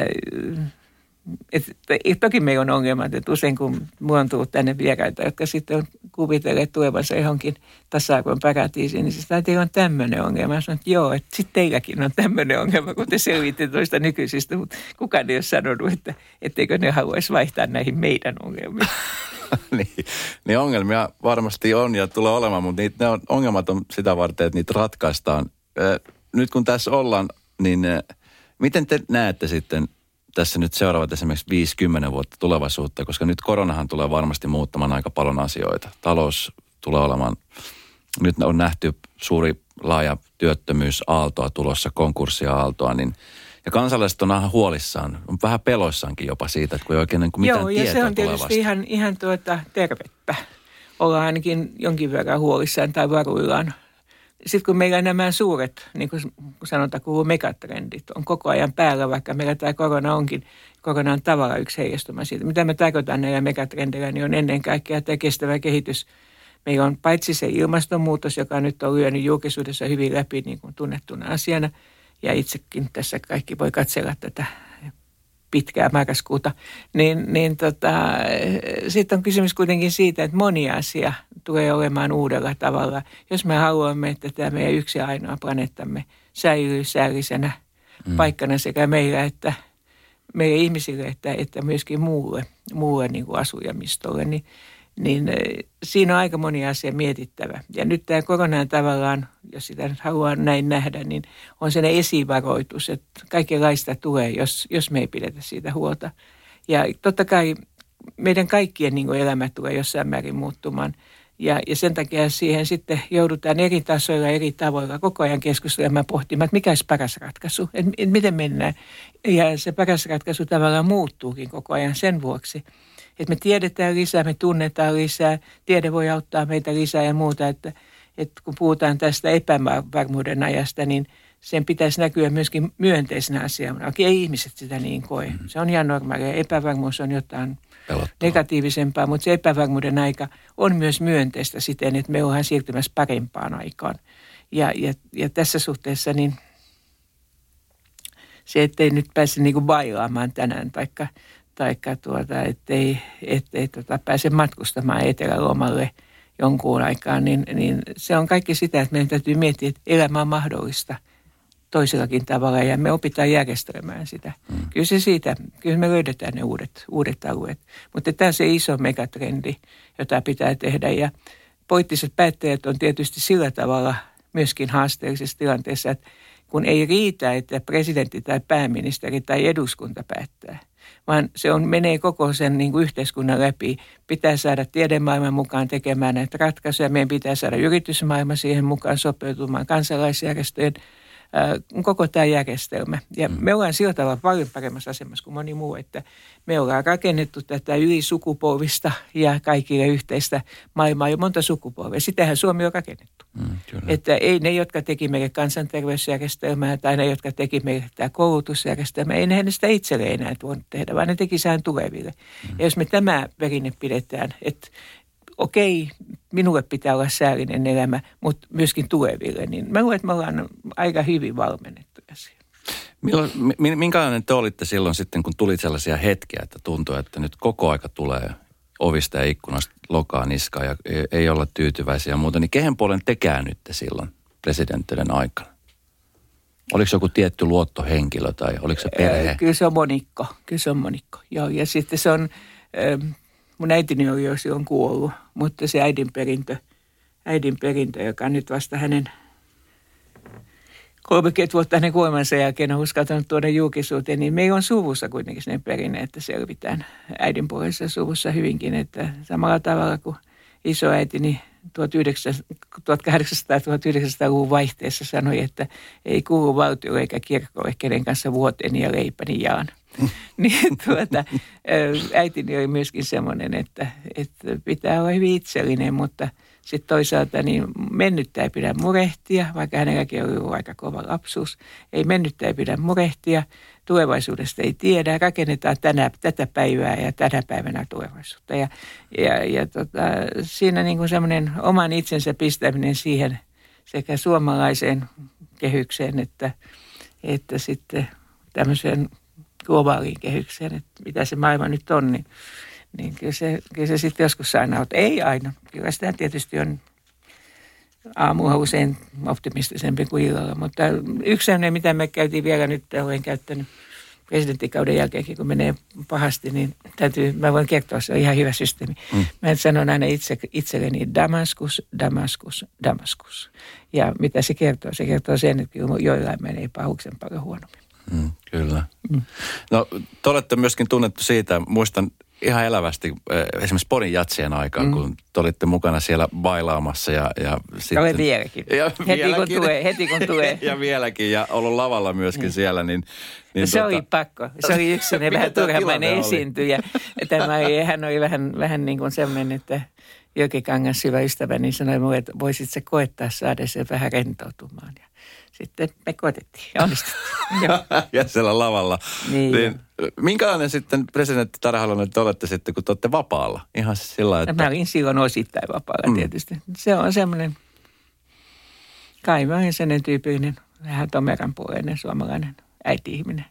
että, että toki meillä on ongelmat, että usein kun minulla on tullut tänne vieraita, jotka sitten on kuvitelleet tulevansa johonkin tasa-arvon paratiisiin, niin siis teillä on tämmöinen ongelma. Mä sanon, että joo, että sitten teilläkin on tämmöinen ongelma, kun te selvitte toista nykyisistä, mutta kukaan ei ole sanonut, että etteikö ne haluaisi vaihtaa näihin meidän ongelmiin. niin, niin ongelmia varmasti on ja tulee olemaan, mutta niitä, ne on, ongelmat on sitä varten, että niitä ratkaistaan. Nyt kun tässä ollaan, niin miten te näette sitten tässä nyt seuraavat esimerkiksi viisikymmentä vuotta tulevaisuutta, koska nyt koronahan tulee varmasti muuttamaan aika paljon asioita. Talous tulee olemaan, nyt on nähty suuri laaja työttömyysaaltoa tulossa, konkurssiaaltoa, niin ja kansalaiset on ihan huolissaan, on vähän peloissaankin jopa siitä, että kun ei oikein niin kuin mitään tietoa Joo, ja se on tietysti ihan, ihan tuota tervettä. Ollaan ainakin jonkin verran huolissaan tai varuillaan. Sitten kun meillä nämä suuret, niin kuin sanotaan, kun megatrendit on koko ajan päällä, vaikka meillä tämä korona onkin, korona on tavalla yksi heijastuma siitä. Mitä me tarkoitan näillä megatrendillä, niin on ennen kaikkea tämä kestävä kehitys. Meillä on paitsi se ilmastonmuutos, joka nyt on lyönyt julkisuudessa hyvin läpi niin kuin tunnettuna asiana, ja itsekin tässä kaikki voi katsella tätä pitkää marraskuuta, niin, niin tota, sitten on kysymys kuitenkin siitä, että moni asia tulee olemaan uudella tavalla. Jos me haluamme, että tämä meidän yksi ainoa planeettamme säilyy säällisenä mm. paikkana sekä meillä että meidän ihmisille, että, että myöskin muulle, muulle niin kuin asujamistolle, niin, niin siinä on aika moni asia mietittävä. Ja nyt tämä korona tavallaan, jos sitä nyt haluaa näin nähdä, niin on sellainen esivaroitus, että kaikenlaista tulee, jos, jos me ei pidetä siitä huolta. Ja totta kai meidän kaikkien niin kuin elämä tulee jossain määrin muuttumaan. Ja, ja sen takia siihen sitten joudutaan eri tasoilla, eri tavoilla koko ajan keskustelemaan pohtimaan, että mikä olisi paras ratkaisu, että, että miten mennään. Ja se paras ratkaisu tavallaan muuttuukin koko ajan sen vuoksi, Että me tiedetään lisää, me tunnetaan lisää, tiede voi auttaa meitä lisää ja muuta. Että, että kun puhutaan tästä epävarmuuden ajasta, niin sen pitäisi näkyä myöskin myönteisenä asiana. Ei ihmiset sitä niin koe. Se on ihan normaalia. Epävarmuus on jotain Pelottava. negatiivisempaa, mutta se epävarmuuden aika on myös myönteistä siten, että me ollaan siirtymässä parempaan aikaan. Ja, ja, ja tässä suhteessa niin se, ettei nyt pääse niin kuin bailaamaan tänään, taikka, taikka tuota, ettei, ettei tota, pääse matkustamaan etelälomalle jonkun aikaan, niin, niin se on kaikki sitä, että meidän täytyy miettiä, että elämä on mahdollista toisellakin tavalla ja me opitaan järjestelmään sitä. Mm. Kyllä se siitä, kyllä me löydetään ne uudet, uudet alueet. Mutta tämä on se iso megatrendi, jota pitää tehdä ja poliittiset päättäjät on tietysti sillä tavalla myöskin haasteellisessa tilanteessa, että kun ei riitä, että presidentti tai pääministeri tai eduskunta päättää, vaan se on, menee koko sen niin kuin yhteiskunnan läpi. Pitää saada tiedemaailman mukaan tekemään näitä ratkaisuja. Meidän pitää saada yritysmaailma siihen mukaan sopeutumaan, kansalaisjärjestöjen, ää, koko tämä järjestelmä. Ja mm. me ollaan sillä tavalla paljon paremmassa asemassa kuin moni muu, että me ollaan rakennettu tätä ylisukupolvista ja kaikille yhteistä maailmaa jo monta sukupolvea. Sitähän Suomi on rakennettu. Mm, että ei ne, jotka teki meille kansanterveysjärjestelmää tai ne, jotka teki meille tämä koulutusjärjestelmää, ei ne sitä itselleen enää voinut tehdä, vaan ne teki sään tuleville. Mm. Ja jos me tämä perinne pidetään, että okei, minulle pitää olla säällinen elämä, mutta myöskin tuleville, niin mä luulen, että me ollaan aika hyvin valmennettuja siihen. Milloin, minkälainen te olitte silloin sitten, kun tuli sellaisia hetkiä, että tuntui, että nyt koko aika tulee ovista ja ikkunasta lokaa niskaa ja ei olla tyytyväisiä ja muuta, niin kehen puolen te käännytte silloin presidenttien aikana? Oliko se joku tietty luottohenkilö tai oliko se perhe? Kyllä se on monikko, kyllä se on monikko, joo. Ja sitten se on, mun äitini oli jo silloin kuollut, mutta se äidin perintö, äidin perintö, joka nyt vasta hänen kolmekymmentä vuotta hänen kuolemansa jälkeen on uskaltanut tuoda julkisuuteen, niin meillä on suvussa kuitenkin sellainen perinne, että selvitään äidinpuolisessa suvussa hyvinkin, että samalla tavalla kuin isoäitini tuhatkahdeksansataa-tuhatyhdeksänsataaluvun vaihteessa sanoi, että ei kuulu valtiolle eikä kirkkolle, kenen kanssa vuoteni ja leipäni jaan. Niin tuota, äitini oli myöskin semmoinen, että, että pitää olla hyvin itsellinen, mutta sitten toisaalta niin mennyttä ei pidä murehtia, vaikka hänelläkin oli ollut aika kova lapsuus. Ei mennyttä ei pidä murehtia, tulevaisuudesta ei tiedä, rakennetaan tänä, tätä päivää ja tänä päivänä tulevaisuutta. Ja, ja, ja tota, siinä niin kuin semmoinen oman itsensä pistäminen siihen sekä suomalaiseen kehykseen että, että sitten tämmöiseen globaaliin kehykseen, että mitä se maailma nyt on, niin Niin kyllä se, kyllä se sitten joskus aina on. Ei aina. Kyllä sitä tietysti on aamulla usein optimistisempi kuin illalla. Mutta yksi sellainen, mitä me käytiin vielä nyt, olen käyttänyt presidenttikauden jälkeenkin, kun menee pahasti, niin täytyy, mä voin kertoa, se on ihan hyvä systeemi. Mm. Mä sanon aina itse, itselleni Damaskus, Damaskus, Damaskus. Ja mitä se kertoo? Se kertoo sen, että joillain menee pahuksen paljon huonommin. Mm, kyllä. Mm. No, te olette myöskin tunnettu siitä, muistan ihan elävästi esimerkiksi Sporin jatsien aikaan, mm. kun te olitte mukana siellä bailaamassa ja, ja sitten... Olen vieläkin. Ja heti, vieläkin. Kun tulee, heti kun tulee. Ja vieläkin, ja ollut lavalla myöskin mm. siellä, niin... niin se tuota... oli pakko. Se oli yksi vähän turhamainen esiintyjä. Tämä oli, hän oli vähän, vähän niin kuin semmoinen, että Jyrki Kangas, hyvä ystäväni, sanoi mulle, että voisit se koettaa saada sen vähän rentoutumaan. Ja sitten me koetettiin ja onnistuttiin. Ja siellä lavalla. Niin, niin minkälainen sitten presidentti Tarja-Halonen te olette sitten, kun te olette vapaalla? Ihan sillä että... Mä olin silloin osittain vapaalla tietysti. Mm. Se on semmoinen, kai mä olin sellainen tyypillinen, vähän tomeranpuoleinen suomalainen äiti-ihminen.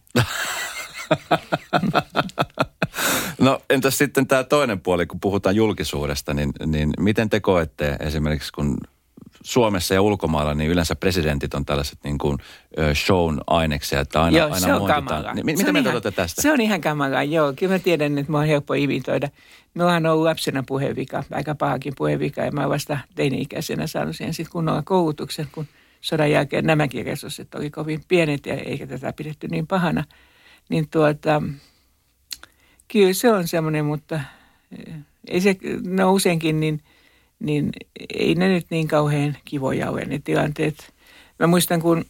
No entäs sitten tämä toinen puoli, kun puhutaan julkisuudesta, niin, niin miten te koette esimerkiksi, kun Suomessa ja ulkomailla, niin yleensä presidentit on tällaiset niin kuin shown aineksia, että aina, joo, aina se on montitaan. Niin, mitä mieltä olette tästä? Se on ihan kamalaa, joo. Kyllä mä tiedän, että mä oon helppo imitoida. Minulla on ollut lapsena puhevika, aika pahakin puhevika, ja mä oon vasta teini-ikäisenä saanut siihen sitten kunnolla koulutuksen, kun sodan jälkeen nämäkin resurssit oli kovin pienet, ja eikä tätä pidetty niin pahana. Niin tuota, kyllä se on semmoinen, mutta ei se, no useinkin niin, niin ei ne nyt niin kauhean kivoja ole ne tilanteet. Mä muistan, kun,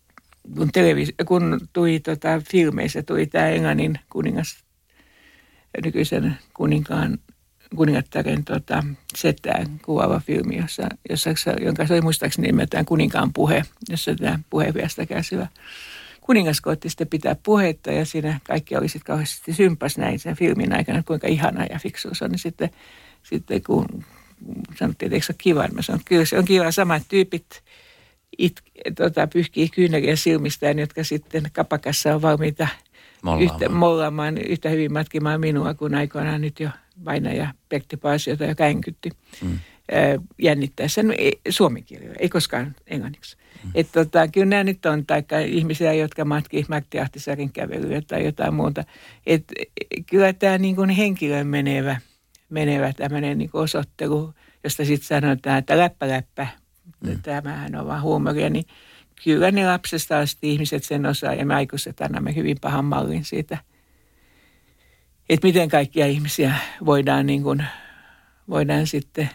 kun, televis- kun tuli tota, filmeissä, tuli tämä Englannin kuningas nykyisen kuninkaan, kuningattaren tota, setään kuvaava filmi, jossa, jossa, jonka se oli muistaakseni nimeltään Kuninkaan puhe, jossa tämä puheenviasta kärsivä kuningas koetti sitten pitää puhetta ja siinä kaikki oli sitten kauheasti sympäs näin sen filmin aikana, kuinka ihana ja fiksuus on. Niin sitten, sitten kun sanottiin, että eikö se ole kiva, niin mä sanoin, että kyllä se on kiva, samat tyypit it, tota, pyyhkii kyyneliä silmistään, jotka sitten kapakassa on valmiita yhtä, mollaamaan, yhtä hyvin matkimaan minua, kun aikoinaan nyt jo vainaja Pertti Paasiota jo känkytti. Mm. Jännittää sen suomenkielellä, ei koskaan englanniksi. Mm. Että tota, kyllä nämä nyt on taikka ihmisiä, jotka matkii Martti Ahtisaaren kävelyä tai jotain muuta. Että kyllä tämä niin kuin henkilön menevä, menevä tämmöinen niin kuin osoittelu, josta sitten sanotaan, että läppä läppä, mm. tämähän on vaan huumoria, niin kyllä ne lapsesta asti ihmiset sen osaa ja me aikuiset annamme hyvin pahan mallin siitä, että miten kaikkia ihmisiä voidaan, niin kuin, voidaan sitten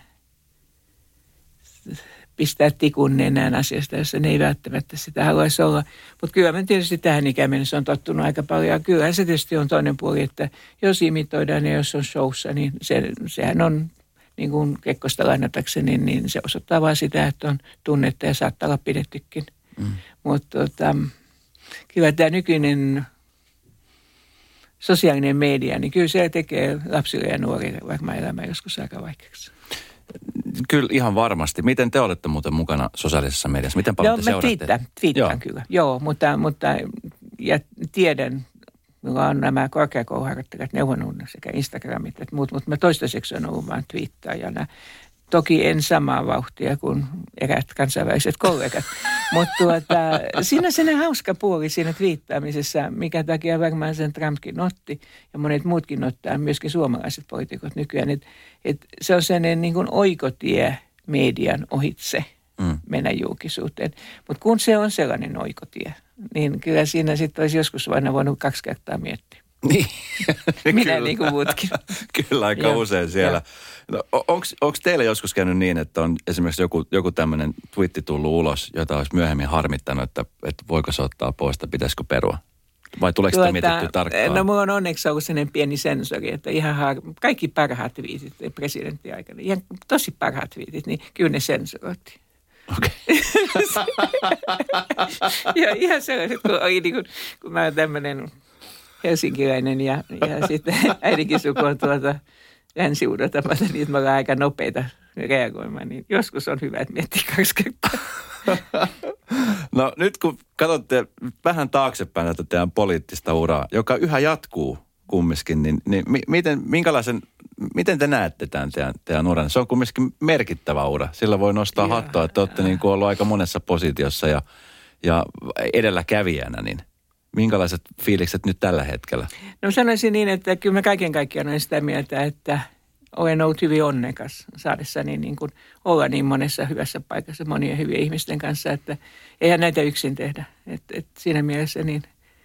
pistää tikun nenään asiasta, jossa ne ei välttämättä sitä haluaisi olla. Mutta kyllä mä tietysti tähän ikään mennessä on tottunut aika paljon. Ja kyllähän se tietysti on toinen puoli, että jos imitoidaan ja jos on showssa, niin se, sehän on, niin kuin Kekkosta lainatakseni, niin se osoittaa vaan sitä, että on tunnetta ja saattaa olla pidettykin. Mm. Mutta tota, kyllä tämä nykyinen sosiaalinen media, niin kyllä se tekee lapsille ja nuorille varmaan elämää joskus aika vaikeaksi. Kyllä ihan varmasti. Miten te olette muuten mukana sosiaalisessa mediassa? Miten paljon no, te seuraatte? Twiittaan, twiittaan kyllä. Joo, mutta, mutta ja tiedän, minulla on nämä korkeakouluharjoittelijat neuvonnut sekä Instagramit että muut, mutta mä toistaiseksi on ollut vain twiittaajana. Toki en samaa vauhtia kuin eräät kansainväliset kollegat, mutta tuota, siinä on sellainen hauska puoli siinä twiittaamisessa, mikä takia varmaan sen Trumpkin otti ja monet muutkin ottaa, myöskin suomalaiset poliitikot nykyään, että et se on sellainen niin kuin oikotie median ohitse mm. mennä julkisuuteen. Mutta kun se on sellainen oikotie, niin kyllä siinä sitten olisi joskus vain voinut kaksi kertaa miettiä. Niin. Minä niin kuin muutkin. Kyllä aika ja, usein siellä. No, onko teillä joskus käynyt niin, että on esimerkiksi joku, joku tämmöinen twiitti tullut ulos, jota olisi myöhemmin harmittanut, että, että voiko se ottaa pois, että pitäisikö perua? Vai tuleeko sitä mietittyä tarkkaan? No mulla on onneksi ollut sellainen pieni sensori, että ihan har... kaikki parhaat twiitit presidentin aikana, ihan tosi parhaat twiitit, niin kyllä ne sensoroitiin. Okei. Ja ihan sellaiset, kun, niin kun, kun mä oon tämmöinen helsinkiläinen ja, ja sitten äidinkin suku on tuolta länsi-Uudeltamaalta, niin että mä olen aika nopeita reagoimaan, niin joskus on hyvä, että miettii kaksi kertaa. No nyt kun katsotte vähän taaksepäin tätä teidän poliittista uraa, joka yhä jatkuu kumminkin, niin, niin miten, minkälaisen, miten te näette tämän teidän, teidän uran? Se on kumminkin merkittävä ura. Sillä voi nostaa ja, hattua, että olette niin kuin ollut aika monessa positiossa ja, ja edelläkävijänä, niin minkälaiset fiilikset nyt tällä hetkellä? No sanoisin niin, että kyllä mä kaiken kaikkiaan olen sitä mieltä, että olen ollut hyvin onnekas saadessani niin kuin olla niin monessa hyvässä paikassa monien hyvien ihmisten kanssa, että eihän näitä yksin tehdä. Et, et siinä mielessä niin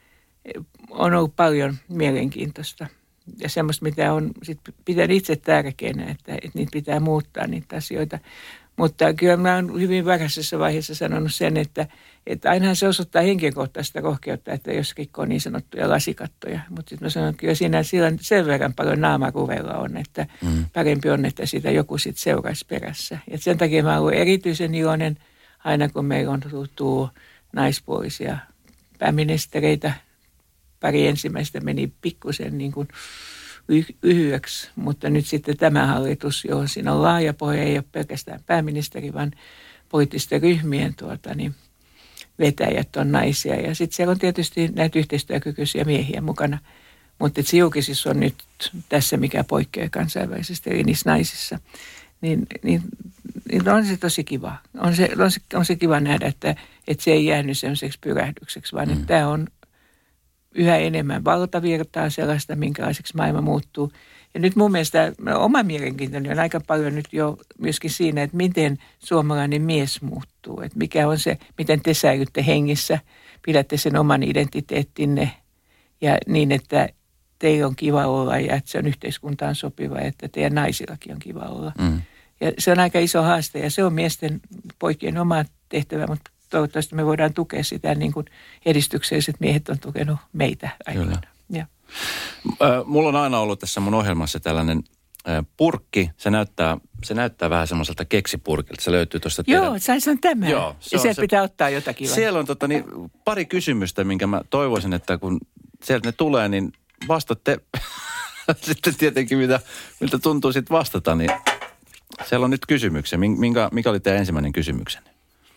on ollut paljon mielenkiintoista ja semmoista, mitä on sit pitää itse tärkeänä, että, että niitä pitää muuttaa niitä asioita. Mutta kyllä mä oon hyvin varhaisessa vaiheessa sanonut sen, että, että ainahan se osoittaa henkilökohtaista rohkeutta, että joskin on niin sanottuja lasikattoja. Mutta sitten mä sanon, että kyllä siinä sen verran paljon naamaruvella on, että mm. parempi on, että sitä joku sitten seuraisi perässä. Et sen takia mä oon ollut erityisen iloinen aina, kun meillä on tullut naispuolisia pääministereitä. Pari ensimmäistä meni pikkusen niin kuin yhyeksi, mutta nyt sitten tämä hallitus, johon siinä on laaja pohja, ei ole pelkästään pääministeri, vaan poliittisten ryhmien tuota, niin vetäjät on naisia. Ja sitten siellä on tietysti näitä yhteistyökykyisiä miehiä mukana, mutta se julkisissa on nyt tässä, mikä poikkeaa kansainvälisesti, eli niissä naisissa. Niin, niin, niin on se tosi kiva. On se, on se, on se kiva nähdä, että, että se ei jäänyt sellaiseksi pyrähdykseksi, vaan mm. että tämä on yhä enemmän valtavirtaa sellaista, minkälaiseksi maailma muuttuu. Ja nyt mun mielestä oma mielenkiintoni on aika paljon nyt jo myöskin siinä, että miten suomalainen mies muuttuu. Että mikä on se, miten te säilytte hengissä, pidätte sen oman identiteettinne ja niin, että teillä on kiva olla ja että se on yhteiskuntaan sopiva ja että teidän naisillakin on kiva olla. Mm. Ja se on aika iso haaste ja se on miesten poikien oma tehtävä, mutta toivottavasti me voidaan tukea sitä niin kuin edistykselliset miehet on tukenut meitä aikoinaan. Ja. Mulla on aina ollut tässä mun ohjelmassa tällainen purkki. Se näyttää, se näyttää vähän semmoiselta keksipurkilta. Se löytyy tuosta teidän... Joo, se on tämä. Joo, se ja sieltä se... pitää ottaa jotakin. Siellä on tota, niin, pari kysymystä, minkä mä toivoisin, että kun sieltä ne tulee, niin vastatte sitten tietenkin, mitä, miltä tuntuu sitten vastata. Niin siellä on nyt kysymyksiä. Minkä, mikä oli teidän ensimmäinen kysymyksenne?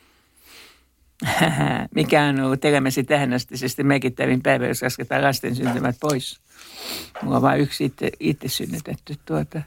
Mikä on ollut tekemäsi tähänastisesti merkittävin päivä, jos lasketaan lasten syntymät pois? Mulla on vain yksi itse, itse synnytetty tuota.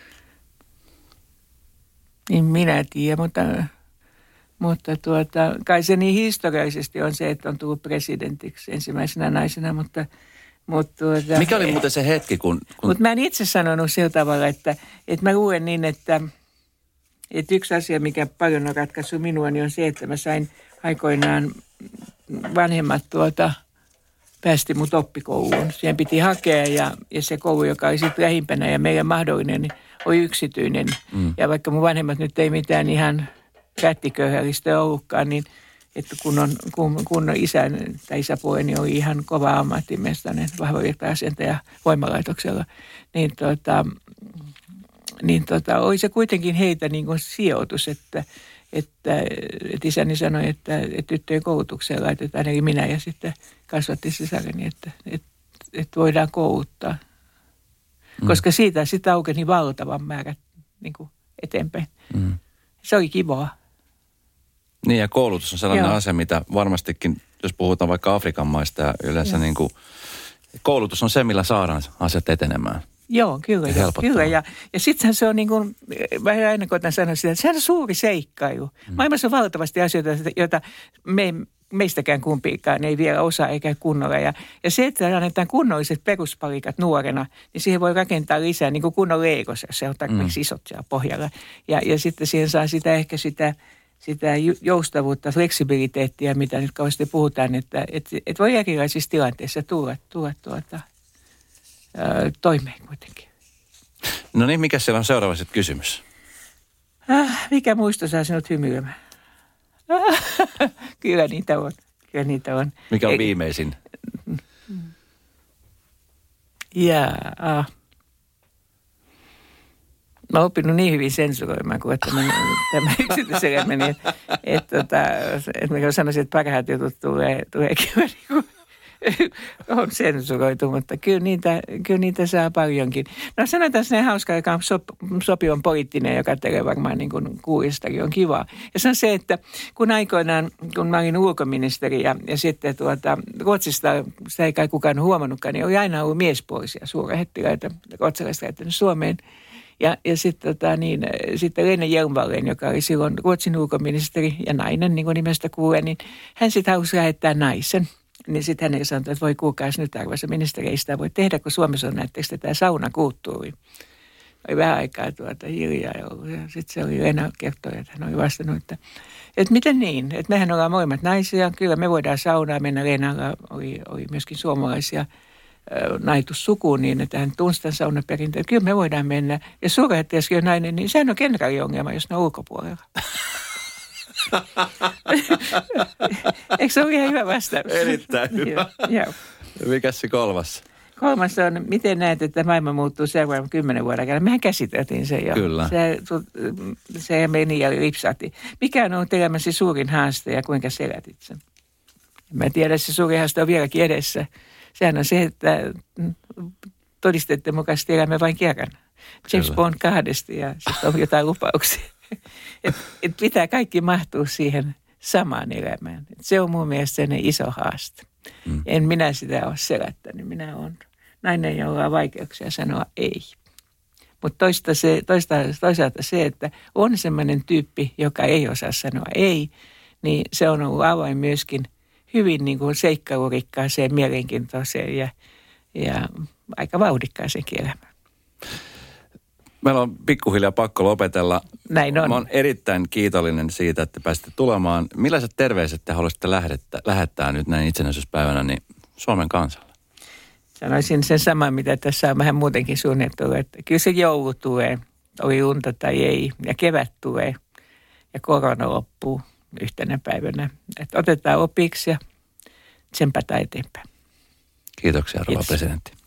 Niin minä tiedän, mutta, mutta tuota, kai se niin historiallisesti on se, että on tullut presidentiksi ensimmäisenä naisena, mutta... mutta tuota, mikä oli muuten se hetki, kun... kun... Mutta mä en itse sanonut sillä tavalla, että, että mä luen niin, että, että yksi asia, mikä paljon on ratkaissut minua, niin on se, että mä sain aikoinaan vanhemmat tuota... päästi mut oppikouluun. Siihen piti hakea ja, ja se koulu, joka oli sitten lähimpänä ja meidän mahdollinen, niin oli yksityinen. Mm. Ja vaikka mun vanhemmat nyt ei mitään ihan rättiköyhällistä ollutkaan, niin että kun on, kun, kun on isän tai isäpuoleni oli ihan kova ammattimestainen, vahva virta-asentaja voimalaitoksella, niin, tota, niin tota, oli se kuitenkin heitä niin kuin sijoitus, että Että, että isäni sanoi, että, että tyttöjen koulutukseen laitetaan, eli minä ja sitten kasvatti sisareni, että, että, että voidaan kouluttaa. Mm. Koska siitä sitä aukeni valtavan määrä niin kuin eteenpäin. Mm. Se oli kivaa. Niin ja koulutus on sellainen Joo. asia, mitä varmastikin, jos puhutaan vaikka Afrikan maista ja yleensä niin kuin, koulutus on se, millä saadaan asiat etenemään. Joo, kyllä. Ja, kyllä. Ja, ja sittenhän se on niin kuin, vähän aina koitan sanoa sitä, että sehän on suuri seikkailu. Mm. Maailmassa on valtavasti asioita, joita me, meistäkään kumpiikaan ei vielä osaa eikä kunnolla. Ja, ja se, että annetaan kunnolliset peruspalikat nuorena, niin siihen voi rakentaa lisää niin kuin kunnon leikossa, jos se on tarpeeksi mm. isot siellä pohjalla. Ja, ja sitten siihen saa sitä ehkä sitä, sitä joustavuutta, fleksibiliteettiä, mitä nyt kauheasti puhutaan, että et, et voi erilaisissa tilanteissa tulla, tulla tuota... toimeen kuitenkin. No niin, mikä siellä on seuraava sitten kysymys? Äh, mikä muisto saa sinut hymyilemään? Äh, kyllä niitä on. Kyllä niitä on. Mikä on e- viimeisin? Jaa. Ah. Mä oon oppinut niin hyvin sensuroimaan, kun että tämä yksityisellä meni, että, että, että, että mä sanoisin, että parhaat jutut tulee, tulee kyllä niin kuin on sensuroitu, mutta kyllä niitä, kyllä niitä saa paljonkin. No sanotaan se hauska, joka on sop, sopivan poliittinen, joka tekee varmaan niin kuin kuulistakin, on kivaa. Ja se on se, että kun aikoinaan, kun mä olin ulkoministeri ja, ja sitten tuota, Ruotsista, sitä ei kai kukaan huomannutkaan, niin oli aina ollut miespuolisia suurlähettiläitä, ruotsalaiset lähettänyt Suomeen. Ja, ja sitten tota, niin, sitten Lene Hjelm-Wallén, joka oli silloin Ruotsin ulkoministeri ja nainen, niin kuin nimestä kuulee, niin hän sitten halusi lähettää naisen. Niin sitten hänelle sanoi, että voi kuukausi nyt arvoisa ministeri, ei sitä voi tehdä, kun Suomessa on näettekö tämä saunakulttuuri. Oli vähän aikaa tuota hiljaa ollut ja sitten se oli Lena kertoi, että hän oli vastannut, että, että miten niin, että mehän ollaan molemmat naisia, kyllä me voidaan saunaa mennä. Lenalla oli, oli myöskin suomalaisia naitussukuun niin, että hän tunsi tämän saunaperinteen, kyllä me voidaan mennä. Ja suurlähettiläskin on nainen, niin sehän on kenraaliongelma, jos ne on ulkopuolella. Eikö se ole ihan hyvä vastaus? Erittäin hyvä. Joo. Mikäs se kolmas? Kolmas on, miten näet, että maailma muuttuu seuraavan kymmenen vuoden aikana. Mehän käsiteltiin se jo. Kyllä. Se, se meni ja lipsahti. Mikä on ollut elämäsi suurin haaste ja kuinka selätit sen? Mä tiedän, se suurin haaste on vieläkin edessä. Sehän on se, että todisteiden mukaisesti elämme vain kerran. James Bond kahdesti ja sitten on jotain lupauksia. Että et pitää kaikki mahtua siihen samaan elämään. Et se on mun mielestä sellainen iso haaste. Mm. En minä sitä ole selättänyt. Minä olen nainen, jolla on vaikeuksia sanoa ei. Mutta toista se, toista, toisaalta se, että on sellainen tyyppi, joka ei osaa sanoa ei, niin se on ollut avain myöskin hyvin niin kuin seikkailurikkaaseen, mielenkiintoiseen ja, ja aika vauhdikkaaseenkin elämään. Meillä on pikkuhiljaa pakko lopetella. Näin on. Mä oon erittäin kiitollinen siitä, että pääsitte tulemaan. Millaiset terveiset te haluaisitte lähettää, lähettää nyt näin itsenäisyyspäivänä niin Suomen kansalle? Sanoisin sen saman, mitä tässä on vähän muutenkin suunniteltu, että kyllä se joulu tulee, oli unta tai ei, ja kevät tulee, ja korona loppuu yhtenä päivänä. Että otetaan opiksi ja tsempataan eteenpäin. Kiitoksia, rouva presidentti.